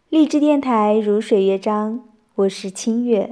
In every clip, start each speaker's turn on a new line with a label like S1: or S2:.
S1: 励志电台如水乐章，我是清月。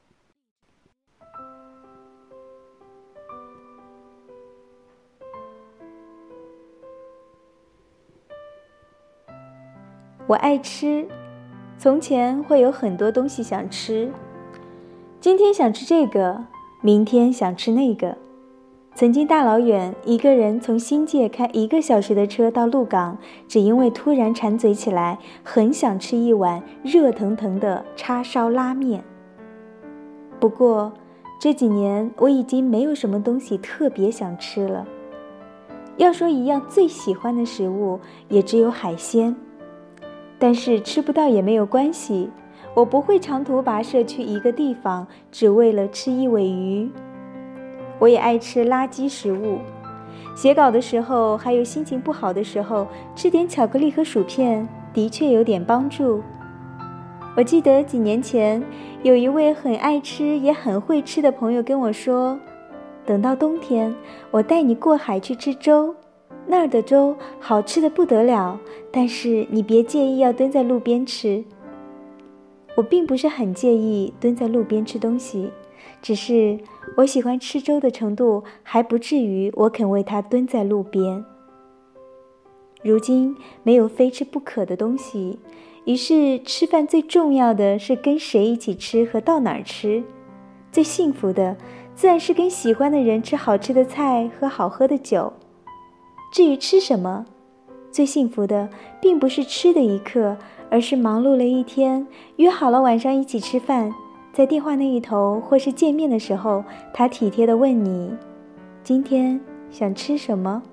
S1: 我爱吃，从前会有很多东西想吃，今天想吃这个，明天想吃那个。曾经大老远一个人从新界开1个小时的车到鹿港，只因为突然馋嘴起来，很想吃一碗热腾腾的叉烧拉面。不过这几年我已经没有什么东西特别想吃了。要说一样最喜欢的食物，也只有海鲜。但是吃不到也没有关系，我不会长途跋涉去一个地方，只为了吃一尾鱼。我也爱吃垃圾食物，写稿的时候，还有心情不好的时候，吃点巧克力和薯片的确有点帮助。我记得几年前，有一位很爱吃也很会吃的朋友跟我说，等到冬天，我带你过海去吃粥，那儿的粥好吃得不得了，但是你别介意要蹲在路边吃。我并不是很介意蹲在路边吃东西，只是我喜欢吃粥的程度还不至于我肯为它蹲在路边。如今没有非吃不可的东西，于是吃饭最重要的是跟谁一起吃和到哪儿吃。最幸福的自然是跟喜欢的人吃好吃的菜，喝好喝的酒。至于吃什么，最幸福的并不是吃的一刻，而是忙碌了一天，约好了晚上一起吃饭，在电话那一头或是见面的时候，他体贴地问你，今天想吃什么？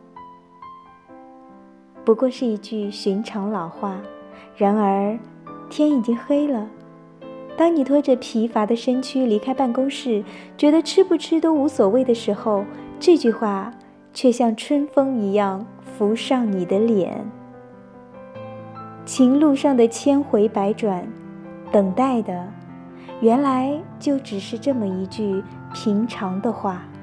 S1: 不过是一句寻常老话，然而天已经黑了。当你拖着疲乏的身躯离开办公室，觉得吃不吃都无所谓的时候，这句话却像春风一样拂上你的脸。情路上的千回百转，等待的原来就只是这么一句平常的话。